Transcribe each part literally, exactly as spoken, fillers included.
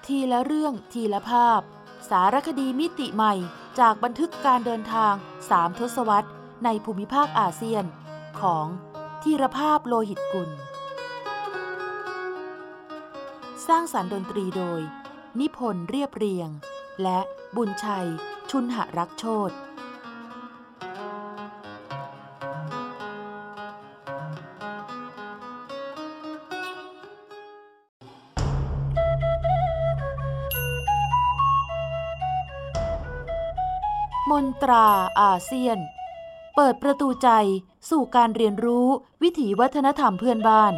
ทีละเรื่องทีละภาพสารคดีมิติใหม่จากบันทึกการเดินทางสามทศวรรษในภูมิภาคอาเซียนของธีรภาพโลหิตกุลสร้างสรรค์ดนตรีโดยนิพนธ์เรียบเรียงและบุญชัยชุนหรักโชติมนตราอาเซียนเปิดประตูใจสู่การเรียนรู้วิถีวัฒนธรรมเพื่อนบ้าน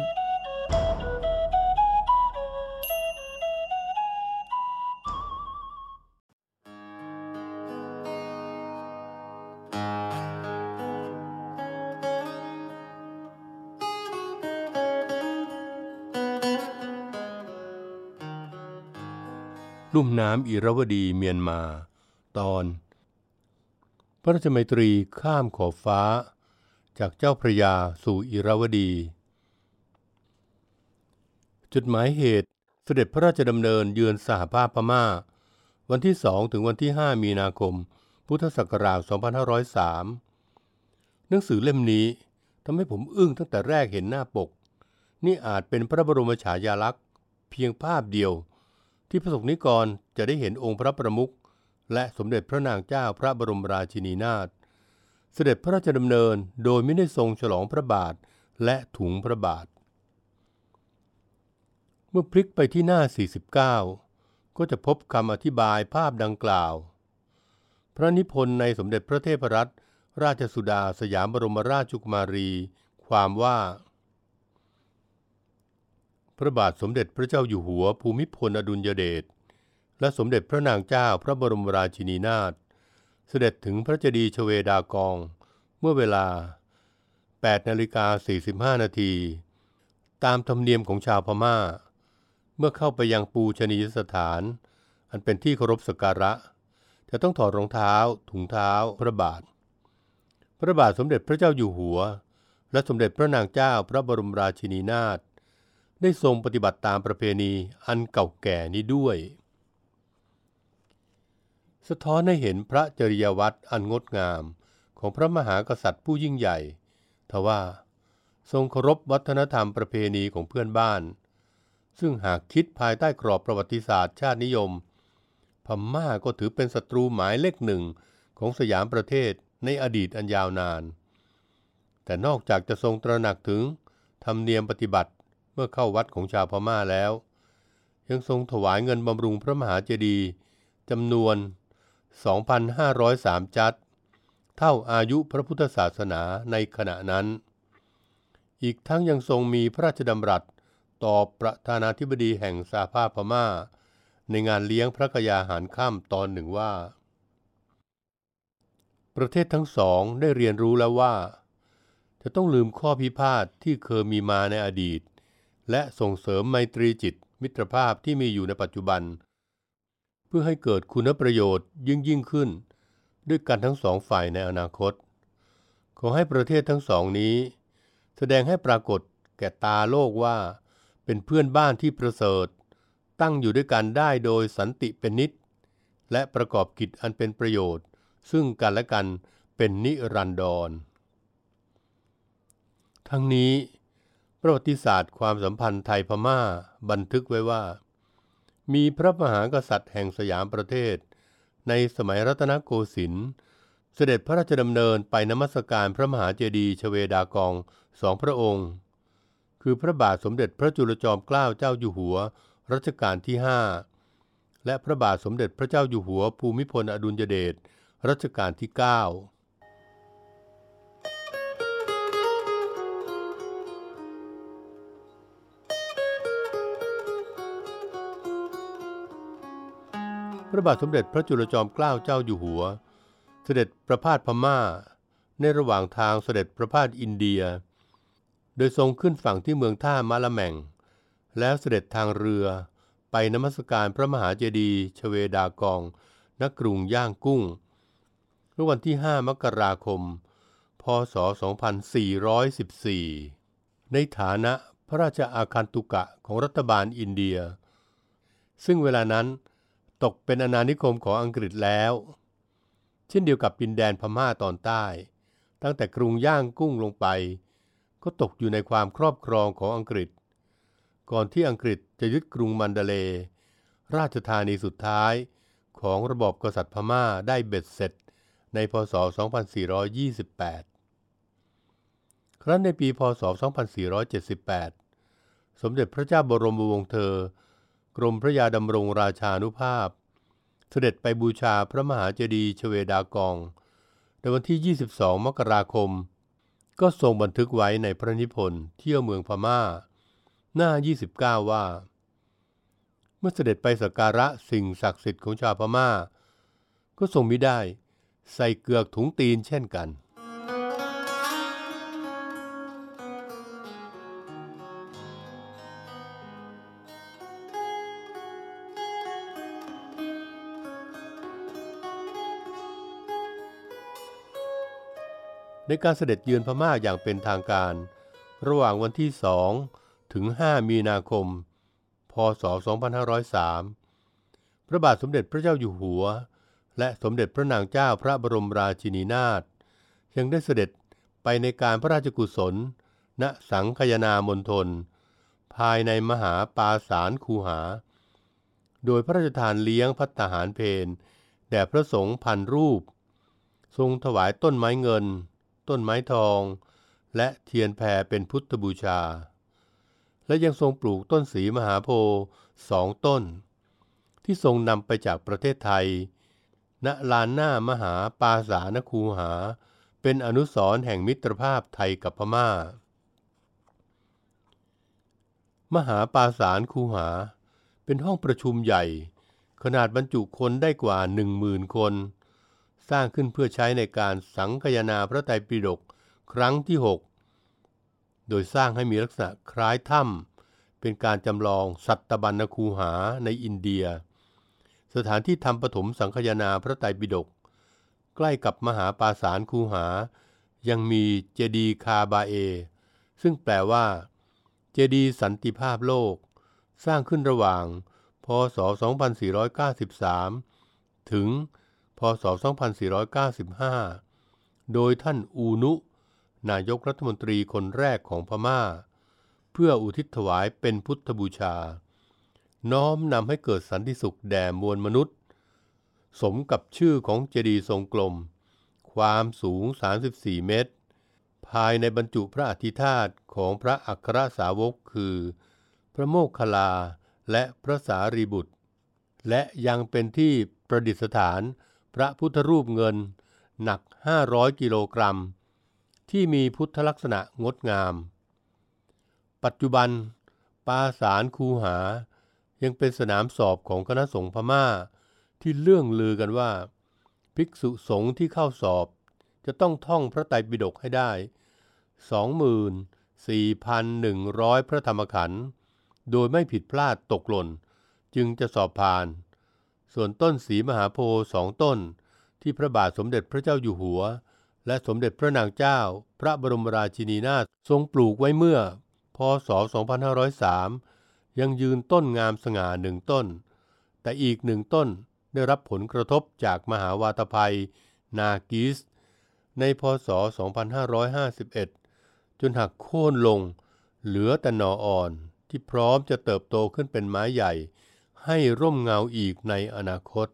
ลุ่มน้ำอิระวดีเมียนมาตอนพระราชมัยตรีข้ามขอบฟ้าจากเจ้าพระยาสู่อิระวดีจุดหมายเหตุเสด็จพระราชดำเนินเยือนสหภาพพม่าวันที่สองถึงวันที่ห้ามีนาคมพุทธศักราชสองพันห้าร้อยสามหนังสือเล่มนี้ทำให้ผมอึ้งตั้งแต่แรกเห็นหน้าปกนี่อาจเป็นพระบรมฉายาลักษณ์เพียงภาพเดียวที่ประสบนิกรจะได้เห็นองค์พระประมุขและสมเด็จพระนางเจ้าพระบรมราชินีนาถเสด็จพระราชดำเนินโดยไม่ได้ทรงฉลองพระบาทและถุงพระบาทเมื่อพลิกไปที่หน้าสี่สิบเก้าก็จะพบคำอธิบายภาพดังกล่าวพระนิพนธ์ในสมเด็จพระเทพรัตนราชสุดาสยามบรมราชกุมารีความว่าพระบาทสมเด็จพระเจ้าอยู่หัวภูมิพลอดุลยเดชและสมเด็จพระนางเจ้าพระบรมราชินีนาถเสด็จถึงพระเจดีย์ชเวดากองเมื่อเวลา แปดนาฬิกาสี่สิบห้านาทีตามธรรมเนียมของชาวพม่าเมื่อเข้าไปยังปูชนียสถานอันเป็นที่เคารพสักการะจะต้องถอดรองเท้าถุงเท้าพระบาทพระบาทสมเด็จพระเจ้าอยู่หัวและสมเด็จพระนางเจ้าพระบรมราชินีนาถได้ทรงปฏิบัติตามประเพณีอันเก่าแก่นี้ด้วยสะท้อนให้เห็นพระจริยวัตรอันงดงามของพระมหากษัตริย์ผู้ยิ่งใหญ่ทว่าทรงเคารพวัฒนธรรมประเพณีของเพื่อนบ้านซึ่งหากคิดภายใต้กรอบประวัติศาสตร์ชาตินิยมพม่าก็ถือเป็นศัตรูหมายเลขหนึ่งของสยามประเทศในอดีตอันยาวนานแต่นอกจากจะทรงตระหนักถึงธรรมเนียมปฏิบัติเมื่อเข้าวัดของชาวพม่าแล้วยังทรงถวายเงินบำรุงพระมหาเจดีย์จำนวน สองพันห้าร้อยสาม จัดเท่าอายุพระพุทธศาสนาในขณะนั้นอีกทั้งยังทรงมีพระราชดำรัสต่อประธานาธิบดีแห่งสหภาพพม่าในงานเลี้ยงพระกยาหารค่ำตอนหนึ่งว่าประเทศทั้งสองได้เรียนรู้แล้วว่าจะต้องลืมข้อพิพาทที่เคยมีมาในอดีตและส่งเสริมไมตรีจิตมิตรภาพที่มีอยู่ในปัจจุบันเพื่อให้เกิดคุณประโยชน์ยิ่งยิ่งขึ้นด้วยกันทั้งสองฝ่ายในอนาคตขอให้ประเทศทั้งสองนี้แสดงให้ปรากฏแก่ตาโลกว่าเป็นเพื่อนบ้านที่ประเสริฐตั้งอยู่ด้วยกันได้โดยสันติเป็นนิจและประกอบกิจอันเป็นประโยชน์ซึ่งกันและกันเป็นนิรันดรทั้งนี้ประวัติศาสตร์ความสัมพันธ์ไทยพม่าบันทึกไว้ว่ามีพระมหากษัตริย์แห่งสยามประเทศในสมัยรัตนโกสินทร์เสด็จพระราชดำเนินไปนมัสการพระมหาเจดีย์ชเวดากองสองพระองค์คือพระบาทสมเด็จพระจุลจอมเกล้าเจ้าอยู่หัวรัชกาลที่ห้าและพระบาทสมเด็จพระเจ้าอยู่หัวภูมิพลอดุลยเดชรัชกาลที่เก้าพระบาทสมเด็จพระจุลจอมเกล้าเจ้าอยู่หัวเสด็จประพาสพม่าในระหว่างทางเสด็จประพาสอินเดียโดยทรงขึ้นฝั่งที่เมืองท่ามะละแม่งแล้วเสด็จทางเรือไปนมัสการพระมหาเจดีย์ชเวดากองณกรุงย่างกุ้งเมื่อวันที่ห้ามกราคมพ.ศ. สองพันสี่ร้อยสิบสี่ ในฐานะพระราชอาคันตุกะของรัฐบาลอินเดียซึ่งเวลานั้นตกเป็นอาณานิคมของอังกฤษแล้วเช่นเดียวกับดินแดนพม่าตอนใต้ตั้งแต่กรุงย่างกุ้งลงไปก็ตกอยู่ในความครอบครองของอังกฤษก่อนที่อังกฤษจะยึดกรุงมันดาเลย์ราชธานีสุดท้ายของระบอบกษัตริย์พม่าได้เบ็ดเสร็จในพ.ศ. สองพันสี่ร้อยยี่สิบแปด ครั้นในปีพ.ศ. สองพันสี่ร้อยเจ็ดสิบแปด สมเด็จพระเจ้าบรมวงศ์เธอกรมพระยาดำรงราชานุภาพเสด็จไปบูชาพระมหาเจดีย์ชเวดากองในวันที่ยี่สิบสองมกราคมก็ทรงบันทึกไว้ในพระนิพนธ์เที่ยวเมืองพม่าหน้ายี่สิบเก้าว่าเมื่อเสด็จไปสักการะสิ่งศักดิ์สิทธิ์ของชาวพม่าก็ทรงมิได้ใส่เกือกถุงตีนเช่นกันในการเสด็จเยือนพม่าอย่างเป็นทางการระหว่างวันที่สองถึงห้ามีนาคมพ.ศ. สองพันห้าร้อยสามพระบาทสมเด็จพระเจ้าอยู่หัวและสมเด็จพระนางเจ้าพระบรมราชินีนาถยังได้เสด็จไปในการพระราชกุศลณสังคายนามณฑลภายในมหาปราสาทคูหาโดยพระราชทานเลี้ยงภัตตาหารเพลแด่พระสงฆ์พันรูปทรงถวายต้นไม้เงินต้นไม้ทองและเทียนแพเป็นพุทธบูชาและยังทรงปลูกต้นศรีมหาโพธิ์สองต้นที่ทรงนำไปจากประเทศไทยณลานหน้ามหาปราสาทคูหาเป็นอนุสรณ์แห่งมิตรภาพไทยกับพม่ามหาปราสาทคูหาเป็นห้องประชุมใหญ่ขนาดบรรจุคนได้กว่า หนึ่งหมื่น คนสร้างขึ้นเพื่อใช้ในการสังคายนาพระไตรปิฎกครั้งที่หกโดยสร้างให้มีลักษณะคล้ายถ้ำเป็นการจำลองสัตบัญญคูหาในอินเดียสถานที่ทำปฐมสังคายนาพระไตรปิฎกใกล้กับมหาปราสาทคูหายังมีเจดีย์คาบาเอซึ่งแปลว่าเจดีย์สันติภาพโลกสร้างขึ้นระหว่างพ.ศ. สองพันสี่ร้อยเก้าสิบสามถึงพ.ศ. สองพันสี่ร้อยเก้าสิบห้าโดยท่านอูนุนายกรัฐมนตรีคนแรกของพม่าเพื่ออุทิศถวายเป็นพุทธบูชาน้อมนำให้เกิดสันติสุขแด่มวลมนุษย์สมกับชื่อของเจดีย์ทรงกลมความสูงสามสิบสี่เมตรภายในบรรจุพระอธิธาตุของพระอัครสาวกคือพระโมคคัลลาและพระสารีบุตรและยังเป็นที่ประดิษฐานพระพุทธรูปเงินหนักห้าร้อยกิโลกรัมที่มีพุทธลักษณะงดงามปัจจุบันปราสาทคูหายังเป็นสนามสอบของคณะสงฆ์พม่าที่เลื่องลือกันว่าภิกษุสงฆ์ที่เข้าสอบจะต้องท่องพระไตรปิฎกให้ได้ สองหมื่นสี่พันหนึ่งร้อย พระธรรมขันธ์โดยไม่ผิดพลาดตกหล่นจึงจะสอบผ่านส่วนต้นศรีมหาโพธิ์สองต้นที่พระบาทสมเด็จพระเจ้าอยู่หัวและสมเด็จพระนางเจ้าพระบรมราชินีนาถทรงปลูกไว้เมื่อพ.ศ. สองพันห้าร้อยสามยังยืนต้นงามสง่าหนึ่งต้นแต่อีกหนึ่งต้นได้รับผลกระทบจากมหาวาตภัยนากิสในพ.ศ. สองพันห้าร้อยห้าสิบเอ็ดจนหักโค่นลงเหลือแต่หน่ออ่อนที่พร้อมจะเติบโตขึ้นเป็นไม้ใหญ่ให้ร่มเงาอีกในอนาคต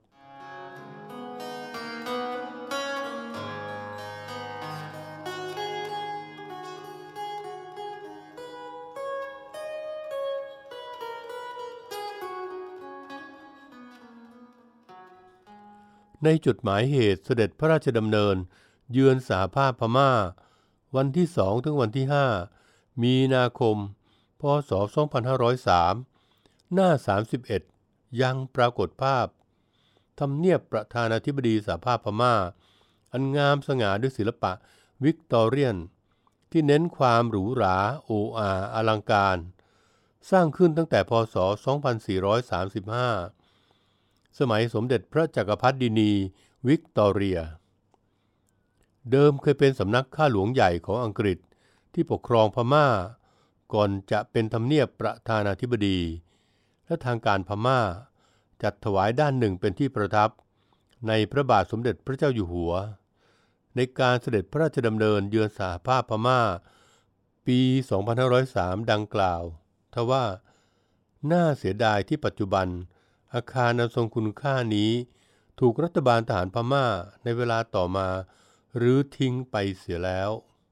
ในจดหมายเหตุเสด็จพระราชดำเนินเยือนสหภาพพม่าวันที่สองถึงวันที่ห้ามีนาคมพ.ศ. สองพันห้าร้อยสามหน้าสามสิบเอ็ดยังปรากฏภาพทำเนียบประธานาธิบดีสหภาพพม่าอันงามสง่าด้วยศิลปะวิกตอเรียนที่เน้นความหรูหราโอ้อาอลังการสร้างขึ้นตั้งแต่พ.ศ. สองพันสี่ร้อยสามสิบห้าสมัยสมเด็จพระจักรพรรดินีวิกตอเรียเดิมเคยเป็นสำนักข้าหลวงใหญ่ของอังกฤษที่ปกครองพม่าก่อนจะเป็นทำเนียบประธานาธิบดีและทางการพม่าจัดถวายด้านหนึ่งเป็นที่ประทับในพระบาทสมเด็จพระเจ้าอยู่หัวในการเสด็จพระราชดำเนินเยือนสหภาพพม่าปี สองพันห้าร้อยสาม ดังกล่าวทว่าน่าเสียดายที่ปัจจุบันอาคารอันทรงคุณค่านี้ถูกรัฐบาลทหารพม่าในเวลาต่อมารื้อทิ้งไปเสียแล้ว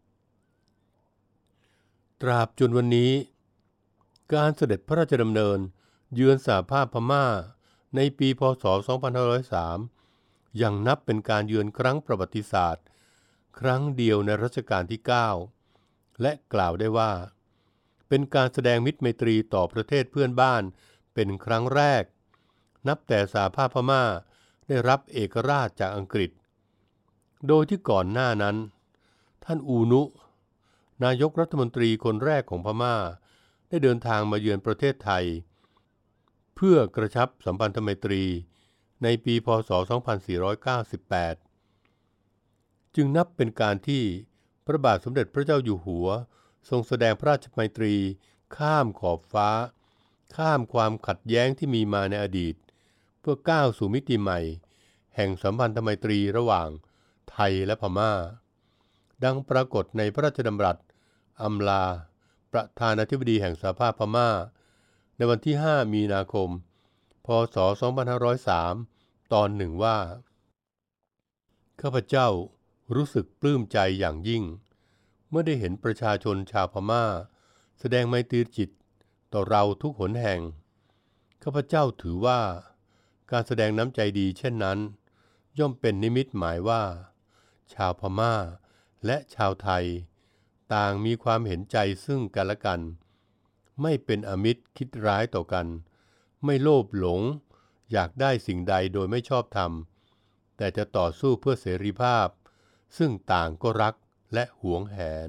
ตราบจนวันนี้การเสด็จพระราชดำเนินเยือนสหภาพพม่าในปีพ.ศ. สองพันห้าร้อยสามยังนับเป็นการเยือนครั้งประวัติศาสตร์ครั้งเดียวในรัชกาลที่ เก้า และกล่าวได้ว่าเป็นการแสดงมิตรไมตรีต่อประเทศเพื่อนบ้านเป็นครั้งแรกนับแต่สหภาพพม่าได้รับเอกราชจากอังกฤษโดยที่ก่อนหน้านั้นท่านอูนุนายกรัฐมนตรีคนแรกของพม่าได้เดินทางมาเยือนประเทศไทยเพื่อกระชับสัมพันธไมตรีในปีพ.ศ. สองพันสี่ร้อยเก้าสิบแปดจึงนับเป็นการที่พระบาทสมเด็จพระเจ้าอยู่หัวทรงแสดงพระราชไมตรีข้ามขอบฟ้าข้ามความขัดแย้งที่มีมาในอดีตเพื่อก้าวสู่มิติใหม่แห่งสัมพันธไมตรีระหว่างไทยและพม่าดังปรากฏในพระราชดำรัสอำลาประธานาธิบดีแห่งสหภาพพม่าในวันที่ห้ามีนาคมพ.ศ. สองพันห้าร้อยสามตอนหนึ่งว่าข้าพเจ้ารู้สึกปลื้มใจอย่างยิ่งเมื่อได้เห็นประชาชนชาวพม่าแสดงไมตรีจิตต่อเราทุกหนแห่งข้าพเจ้าถือว่าการแสดงน้ำใจดีเช่นนั้นย่อมเป็นนิมิตหมายว่าชาวพม่าและชาวไทยต่างมีความเห็นใจซึ่งกันและกันไม่เป็นอมิตรคิดร้ายต่อกันไม่โลภหลงอยากได้สิ่งใดโดยไม่ชอบธรรมแต่จะต่อสู้เพื่อเสรีภาพซึ่งต่างก็รักและหวงแหน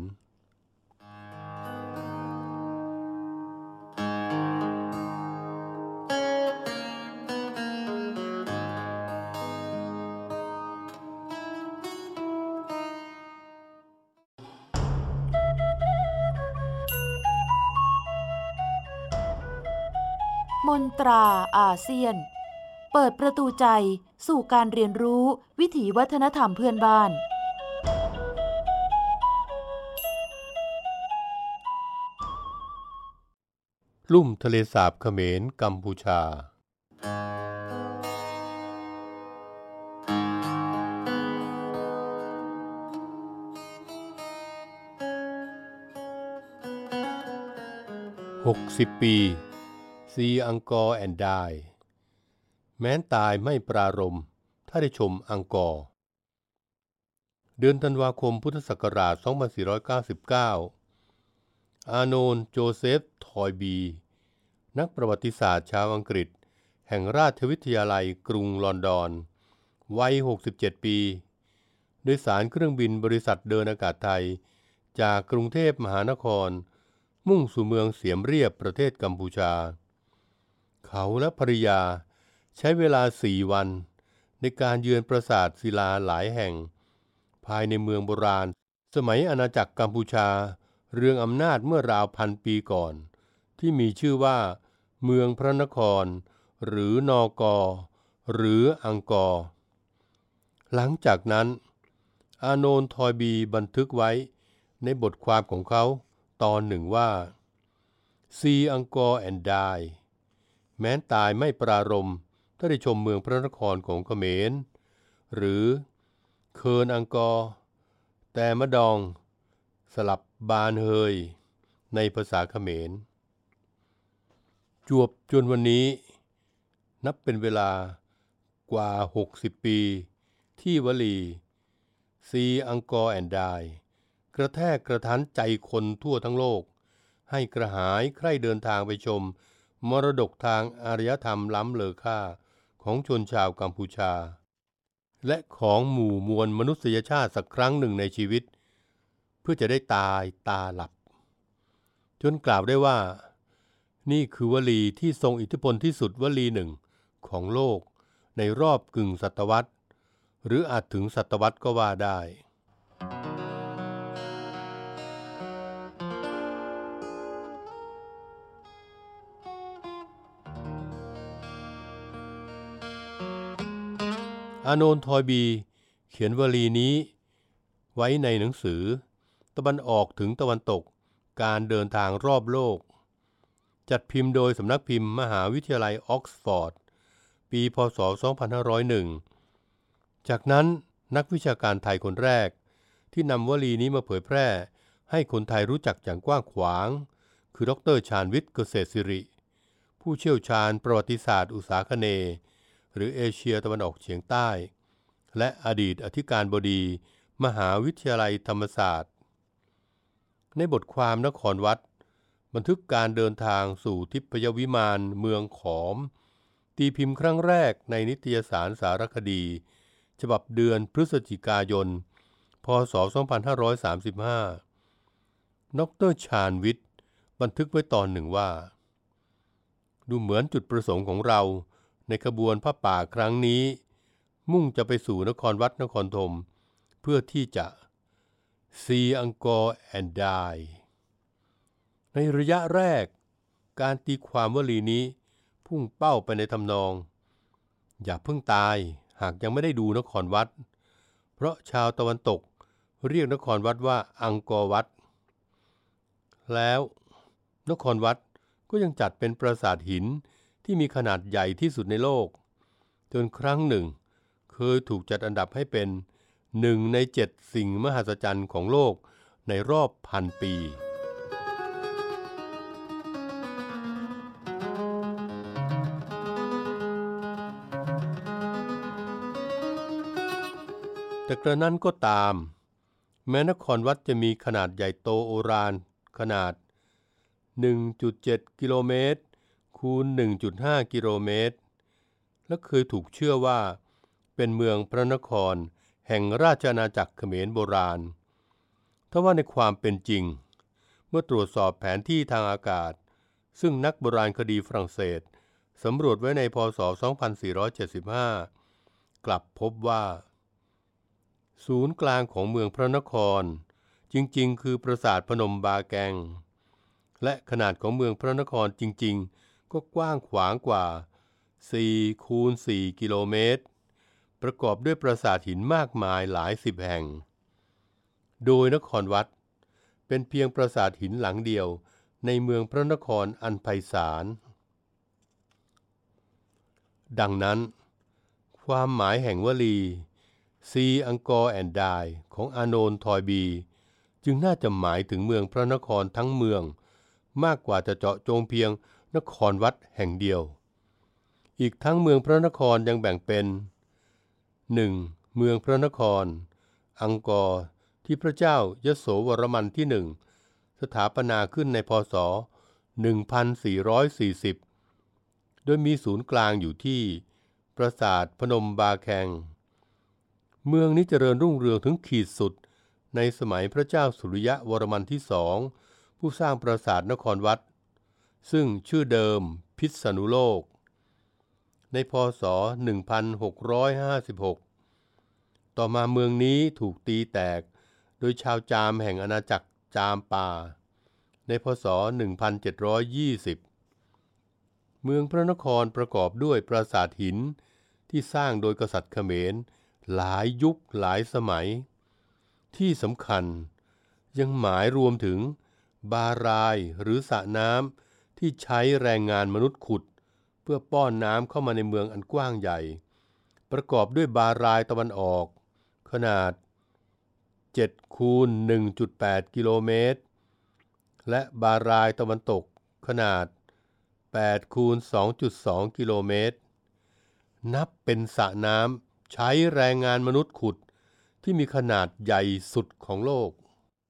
มนตราอาเซียนเปิดประตูใจสู่การเรียนรู้วิถีวัฒนธรรมเพื่อนบ้านลุ่มทะเลสาบเขมรกัมพูชาหกสิบปีซีอังกอร์แอนด์ไดแม้นตายไม่ปรารมถ้าได้ชมอังกอร์เดือนธันวาคมพุทธศักราช สองพันสี่ร้อยเก้าสิบเก้า อาโนนโจเซฟทอยบีนักประวัติศาสตร์ชาวอังกฤษแห่งราชวิทยาลัยกรุงลอนดอนวัยหกสิบเจ็ดปีโดยสารเครื่องบินบริษัทเดินอากาศไทยจากกรุงเทพมหานครมุ่งสู่เมืองเสียมเรียบประเทศกัมพูชาเขาและภริยาใช้เวลาสี่วันในการเยือนปราสาทศิลาหลายแห่งภายในเมืองโบราณสมัยอาณาจักรกัมพูชาเรืองอำนาจเมื่อราวพันปีก่อนที่มีชื่อว่าเมืองพระนครหรือนอกอหรืออังกอร์หลังจากนั้นอาโนนทอยบีบันทึกไว้ในบทความของเขาตอนหนึ่งว่าซีอังกอร์แอนด์ไดแม้นตายไม่ปรารมถ้าได้ชมเมืองพระนครของเขมรหรือเคิร์นอังกอร์แต่มะดองสลับบานเฮยในภาษาเขมรจวบจนวันนี้นับเป็นเวลากว่าหกสิบปีที่วลีซีอังกอร์แอนด์ไดกระแทกกระทันใจคนทั่วทั้งโลกให้กระหายใคร่เดินทางไปชมมรดกทางอารยธรรมล้ำเลอค่าของชนชาวกัมพูชาและของหมู่มวลมนุษยชาติสักครั้งหนึ่งในชีวิตเพื่อจะได้ตายตาหลับจนกล่าวได้ว่านี่คือวลีที่ทรงอิทธิพลที่สุดวลีหนึ่งของโลกในรอบกึ่งศตวรรษหรืออาจถึงศตวรรษก็ว่าได้อานนท์ทอยบีเขียนวลีนี้ไว้ในหนังสือตะวันออกถึงตะวันตกการเดินทางรอบโลกจัดพิมพ์โดยสำนักพิมพ์มหาวิทยาลัยออกซฟอร์ดปีพ.ศ. สองพันห้าร้อยเอ็ดจากนั้นนักวิชาการไทยคนแรกที่นำวลีนี้มาเผยแพร่ให้คนไทยรู้จักอย่างกว้างขวางคือดร.ชาญวิทย์เกษตรศิริผู้เชี่ยวชาญประวัติศาสตร์อุษาคเนย์หรือเอเชียตะวันออกเฉียงใต้และอดีตอธิการบดีมหาวิทยาลัยธรรมศาสตร์ในบทความนครวัดบันทึกการเดินทางสู่ทิพยวิมานเมืองขอมตีพิมพ์ครั้งแรกในนิตยสารสารคดีฉบับเดือนพฤศจิกายนพ.ศ. สองพันห้าร้อยสามสิบห้าดร.ชาญวิทย์บันทึกไว้ตอนหนึ่งว่าดูเหมือนจุดประสงค์ของเราในขบวนผ้าป่าครั้งนี้มุ่งจะไปสู่นครวัดนครธมเพื่อที่จะ see Angkor and die ในระยะแรกการตีความวลีนี้พุ่งเป้าไปในทำนองอย่าเพิ่งตายหากยังไม่ได้ดูนครวัดเพราะชาวตะวันตกเรียกนครวัดว่าอังกอร์วัดแล้วนครวัดก็ยังจัดเป็นปราสาทหินที่มีขนาดใหญ่ที่สุดในโลกจนครั้งหนึ่งเคยถูกจัดอันดับให้เป็นหนึ่งในเจ็ดสิ่งมหัศจรรย์ของโลกในรอบพันปีแต่กระนั้นก็ตามแม้นครวัดจะมีขนาดใหญ่โตโอฬารขนาด หนึ่งจุดเจ็ด กิโลเมตรคูณ หนึ่งจุดห้า กิโลเมตรและเคยถูกเชื่อว่าเป็นเมืองพระนครแห่งราชอาณาจักรเขมรโบราณทว่าในความเป็นจริงเมื่อตรวจสอบแผนที่ทางอากาศซึ่งนักโบราณคดีฝรั่งเศสสำรวจไว้ในพ.ศ. สองพันสี่ร้อยเจ็ดสิบห้ากลับพบว่าศูนย์กลางของเมืองพระนครจริงๆคือปราสาทพนมบาแกงและขนาดของเมืองพระนครจริงๆก็กว้างขวางกว่าสี่คูณสี่กิโลเมตรประกอบด้วยปราสาทหินมากมายหลายสิบแห่งโดยนครวัดเป็นเพียงปราสาทหินหลังเดียวในเมืองพระนครอันไพศาลดังนั้นความหมายแห่งวลี See Angkor and Die ของอานนท์ทอยบีจึงน่าจะหมายถึงเมืองพระนครทั้งเมืองมากกว่าจะเจาะจงเพียงนครวัดแห่งเดียวอีกทั้งเมืองพระนครยังแบ่งเป็น หนึ่ง. เมืองพระนครอังกอร์ที่พระเจ้ายโสวรมันที่หนึ่งสถาปนาขึ้นในพ.ศ. หนึ่งพันสี่ร้อยสี่สิบโดยมีศูนย์กลางอยู่ที่ปราสาทพนมบาแคงเมืองนี้เจริญรุ่งเรืองถึงขีดสุดในสมัยพระเจ้าสุริยะวรมันที่สองผู้สร้างปราสาทนครวัดซึ่งชื่อเดิมพิษณุโลกในพ.ศ. หนึ่งพันหกร้อยห้าสิบหกต่อมาเมืองนี้ถูกตีแตกโดยชาวจามแห่งอาณาจักรจามปาในพ.ศ. หนึ่งพันเจ็ดร้อยยี่สิบเมืองพระนครประกอบด้วยปราสาทหินที่สร้างโดยกษัตริย์เขมรหลายยุคหลายสมัยที่สำคัญยังหมายรวมถึงบารายหรือสระน้ำที่ใช้แรงงานมนุษย์ขุดเพื่อป้อนน้ำเข้ามาในเมืองอันกว้างใหญ่ประกอบด้วยบารายตะวันออกขนาดเจ็ดคูณ หนึ่งจุดแปด กิโลเมตรและบารายตะวันตกขนาดแปดคูณ สองจุดสอง กิโลเมตรนับเป็นสระน้ำใช้แรงงานมนุษย์ขุดที่มีขนาดใหญ่สุดของโลก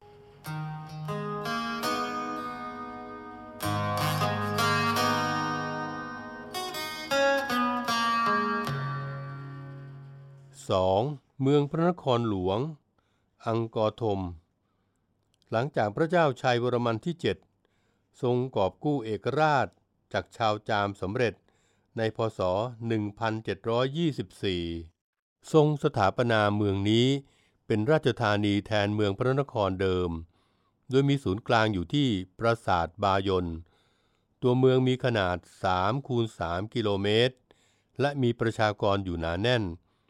สอง. เมืองพระนครหลวงอังกอร์ธมหลังจากพระเจ้าชัยวรมันที่เจ็ดทรงกอบกู้เอกราชจากชาวจามสำเร็จในพ.ศ. หนึ่งพันเจ็ดร้อยยี่สิบสี่ทรงสถาปนาเมืองนี้เป็นราชธานีแทนเมืองพระนครเดิมโดยมีศูนย์กลางอยู่ที่ปราสาทบายนตัวเมืองมีขนาดสามคูณสาม กิโลเมตรและมีประชากรอยู่หนาแน่น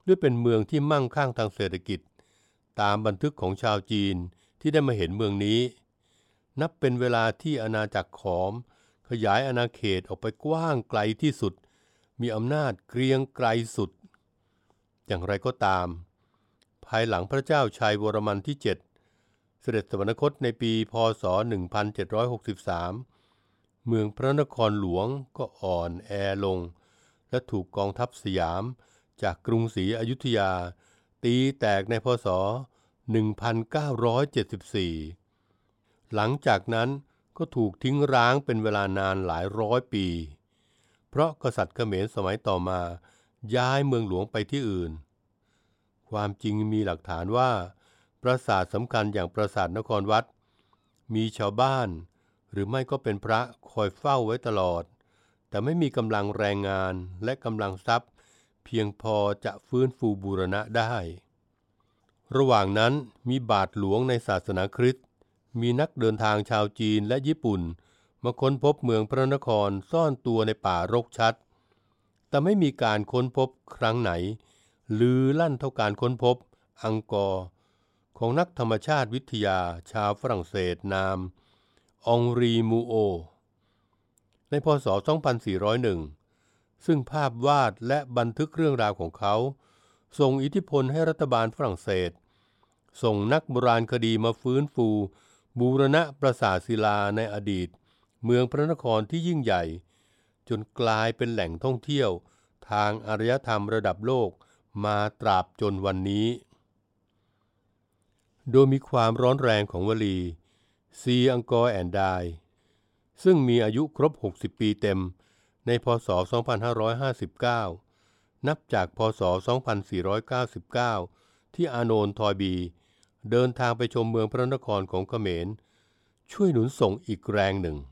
ด้วยเป็นเมืองที่มั่งคั่งทางเศรษฐกิจตามบันทึกของชาวจีนที่ได้มาเห็นเมืองนี้นับเป็นเวลาที่อาณาจักรขอมขยายอาณาเขตออกไปกว้างไกลที่สุดมีอำนาจเกรียงไกรสุดอย่างไรก็ตามภายหลังพระเจ้าชัยวรมันที่เจ็ดเสด็จสวรรคตในปีพ.ศ. หนึ่งพันเจ็ดร้อยหกสิบสามเมืองพระนครหลวงก็อ่อนแอลงและถูกกองทัพสยามจากกรุงศรีอยุธยาตีแตกในพ.ศ. หนึ่งพันเก้าร้อยเจ็ดสิบสี่หลังจากนั้นก็ถูกทิ้งร้างเป็นเวลานานหลายร้อยปีเพราะกษัตริย์เขมรสมัยต่อมาย้ายเมืองหลวงไปที่อื่นความจริงมีหลักฐานว่าปราสาทสำคัญอย่างปราสาทนครวัดมีชาวบ้านหรือไม่ก็เป็นพระคอยเฝ้าไว้ตลอดแต่ไม่มีกำลังแรงงานและกำลังทรัพย์เพียงพอจะฟื้นฟูบูรณะได้ระหว่างนั้นมีบาทหลวงในศาสนาคริสต์มีนักเดินทางชาวจีนและญี่ปุ่นมาค้นพบเมืองพระนครซ่อนตัวในป่ารกชัดแต่ไม่มีการค้นพบครั้งไหนลือลั่นเท่าการค้นพบอังกอร์ของนักธรรมชาติวิทยาชาวฝรั่งเศสนามองรีมูโอในพ.ศ. สองพันสี่ร้อยเอ็ดซึ่งภาพวาดและบันทึกเรื่องราวของเขาส่งอิทธิพลให้รัฐบาลฝรั่งเศสส่งนักโบราณคดีมาฟื้นฟูบูรณะปราสาทศิลาในอดีตเมืองพระนครที่ยิ่งใหญ่จนกลายเป็นแหล่งท่องเที่ยวทางอารยธรรมระดับโลกมาตราบจนวันนี้โดยมีความร้อนแรงของวลี See Angkor and Die ซึ่งมีอายุครบหกสิบปีเต็มในพ.ศ. สองพันห้าร้อยห้าสิบเก้านับจากพ.ศ. สองพันสี่ร้อยเก้าสิบเก้าที่อาโนนทอยบีเดินทางไปชมเมืองพระนครของเขมรช่วยหนุนส่งอีกแรงหนึ่ง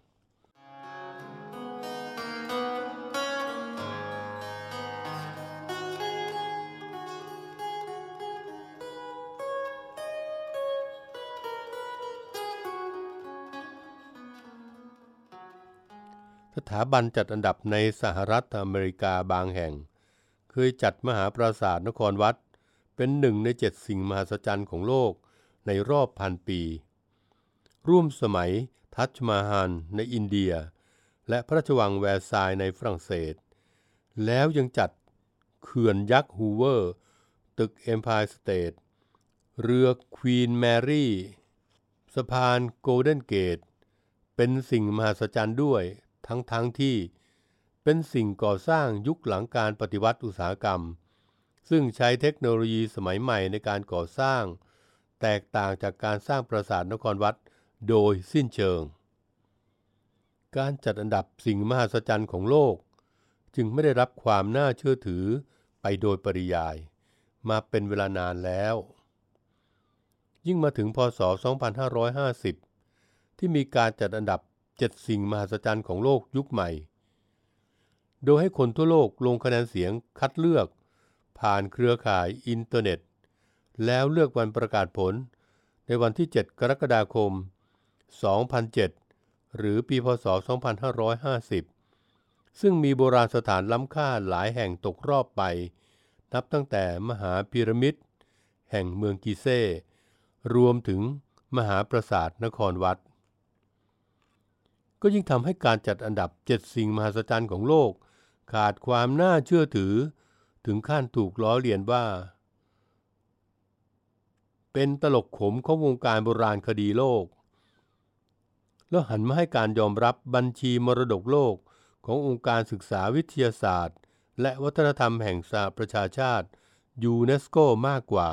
สถาบันจัดอันดับในสหรัฐอเมริกาบางแห่งเคยจัดมหาปราสาทนครวัดเป็นหนึ่งในเจ็ดสิ่งมหัศจรรย์ของโลกในรอบพันปีร่วมสมัยทัชมาฮาลในอินเดียและพระราชวังแวร์ซายน์ในฝรั่งเศสแล้วยังจัดเขื่อนยักษ์ฮูเวอร์ตึกเอ็มไพร์สเตทเรือควีนแมรี่สะพานโกลเด้นเกตเป็นสิ่งมหัศจรรย์ด้วยทั้งๆ ท, ที่เป็นสิ่งก่อสร้างยุคหลังการปฏิวัติอุตสาหกรรมซึ่งใช้เทคโนโลยีสมัยใหม่ในการก่อสร้างแตกต่างจากการสร้างปราสาทนครวัดโดยสิ้นเชิงการจัดอันดับสิ่งมหัศจรรย์ของโลกจึงไม่ได้รับความน่าเชื่อถือไปโดยปริยายมาเป็นเวลานานแล้วยิ่งมาถึงพ.ศ. สองพันห้าร้อยห้าสิบที่มีการจัดอันดับเจ็ดสิ่งมหัศจรรย์ของโลกยุคใหม่โดยให้คนทั่วโลกลงคะแนนเสียงคัดเลือกผ่านเครือข่ายอินเทอร์เน็ตแล้วเลือกวันประกาศผลในวันที่เจ็ดกรกฎาคมสองพันเจ็ดหรือปีพ.ศ. สองพันห้าร้อยห้าสิบซึ่งมีโบราณสถานล้ำค่าหลายแห่งตกรอบไปนับตั้งแต่มหาพีระมิดแห่งเมืองกิเซ่รวมถึงมหาปราสาทนครวัดก็ยิ่งทำให้การจัดอันดับเจ็ดสิ่งมหัศจรรย์ของโลกขาดความน่าเชื่อถือถึงขั้นถูกล้อเลียนว่าเป็นตลกขมของวงการโบราณคดีโลกแล้วหันมาให้การยอมรับบัญชีมรดกโลกขององค์การศึกษาวิทยาศาสตร์และวัฒนธรรมแห่งสหประชาชาติยูเนสโกมากกว่า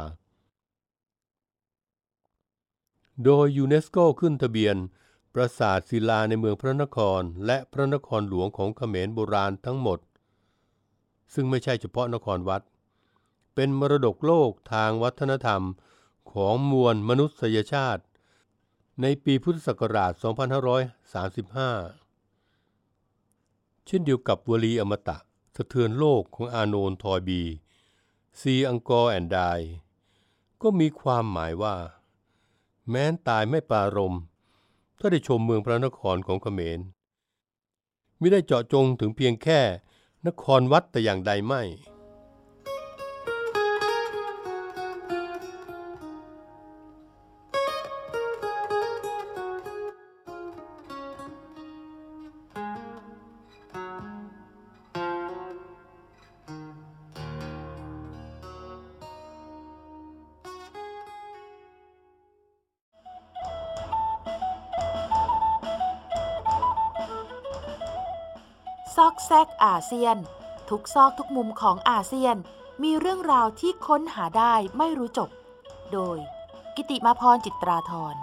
โดยยูเนสโกขึ้นทะเบียนปราสาทศิลาในเมืองพระนครและพระนครหลวงของเขมรโบราณทั้งหมดซึ่งไม่ใช่เฉพาะนครวัดเป็นมรดกโลกทางวัฒนธรรมของมวลมนุษยชาติในปีพุทธศักราชสองพันห้าร้อยสามสิบห้าเช่นเดียวกับวลีอมตะสะเทือนโลกของอาโนนทอยบีซีอังกอร์แอนด์ไดก็มีความหมายว่าแม้นตายไม่ปรารภถ้าได้ชมเมืองพระนครของเขมรมิได้เจาะจงถึงเพียงแค่นครวัดแต่อย่างใดไม่ซอกแซกอาเซียนทุกซอกทุกมุมของอาเซียนมีเรื่องราวที่ค้นหาได้ไม่รู้จบโดยกิติมาพรจิตราธร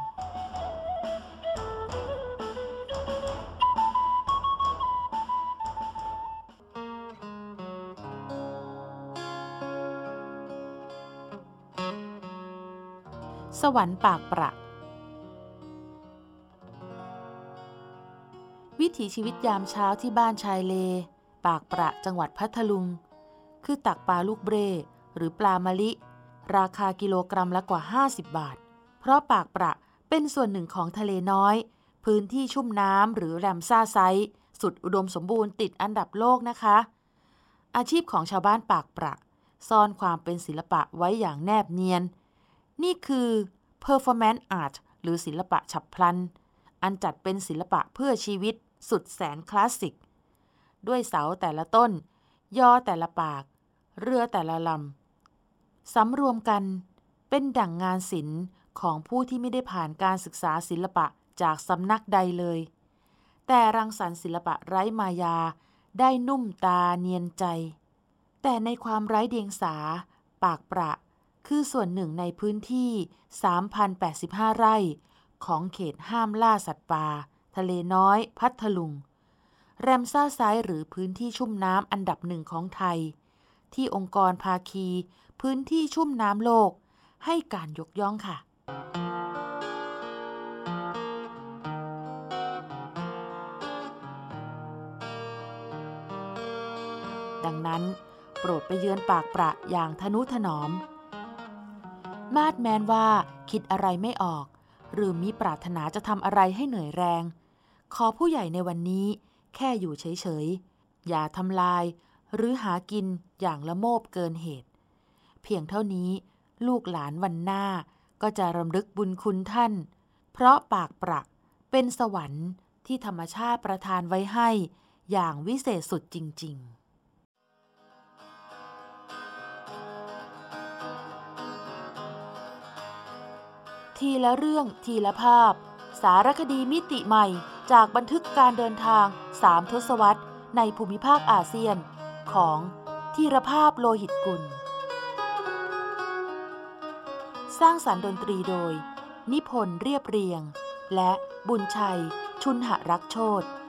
สวรรค์ปากประวิถีชีวิตยามเช้าที่บ้านชายเลปากประจังหวัดพัทลุงคือตักปลาลูกเบร่หรือปลามะลิราคากิโลกรัมละกว่าห้าสิบบาทเพราะปากประเป็นส่วนหนึ่งของทะเลน้อยพื้นที่ชุ่มน้ำหรือแรมซ่าไซต์สุดอุดมสมบูรณ์ติดอันดับโลกนะคะอาชีพของชาวบ้านปากประซ่อนความเป็นศิลปะไว้อย่างแนบเนียนนี่คือ performance art หรือศิลปะฉับพลันอันจัดเป็นศิลปะเพื่อชีวิตสุดแสนคลาสสิกด้วยเสาแต่ละต้นยอแต่ละปากเรือแต่ละลำสำรวมกันเป็นดั่งงานศิลป์ของผู้ที่ไม่ได้ผ่านการศึกษาศิลปะจากสำนักใดเลยแต่รังสรรค์ศิลปะไร้มายาได้นุ่มตาเนียนใจแต่ในความไร้เดียงสาปากประคือส่วนหนึ่งในพื้นที่ สามพันแปดสิบห้า ไร่ของเขตห้ามล่าสัตว์ป่าทะเลน้อยพัทลุงแรมซ่าไซต์หรือพื้นที่ชุ่มน้ำอันดับหนึ่งของไทยที่องค์กรภาคีพื้นที่ชุ่มน้ำโลกให้การยกย่องค่ะดังนั้นโปรดไปเยือนปากประอย่างทนุถนอมมาดแมนว่าคิดอะไรไม่ออกหรือมีปรารถนาจะทำอะไรให้เหนื่อยแรงขอผู้ใหญ่ในวันนี้แค่อยู่เฉยๆอย่าทำลายหรือหากินอย่างละโมบเกินเหตุเพียงเท่านี้ลูกหลานวันหน้าก็จะรำลึกบุญคุณท่านเพราะปากประเป็นสวรรค์ที่ธรรมชาติประทานไว้ให้อย่างวิเศษสุดจริงๆทีละเรื่องทีละภาพสารคดีมิติใหม่จากบันทึกการเดินทางสามทศวรรษในภูมิภาคอาเซียนของธีรภาพโลหิตกุลสร้างสรรค์ดนตรีโดยนิพนธ์เรียบเรียงและบุญชัยชุนหรักโชติ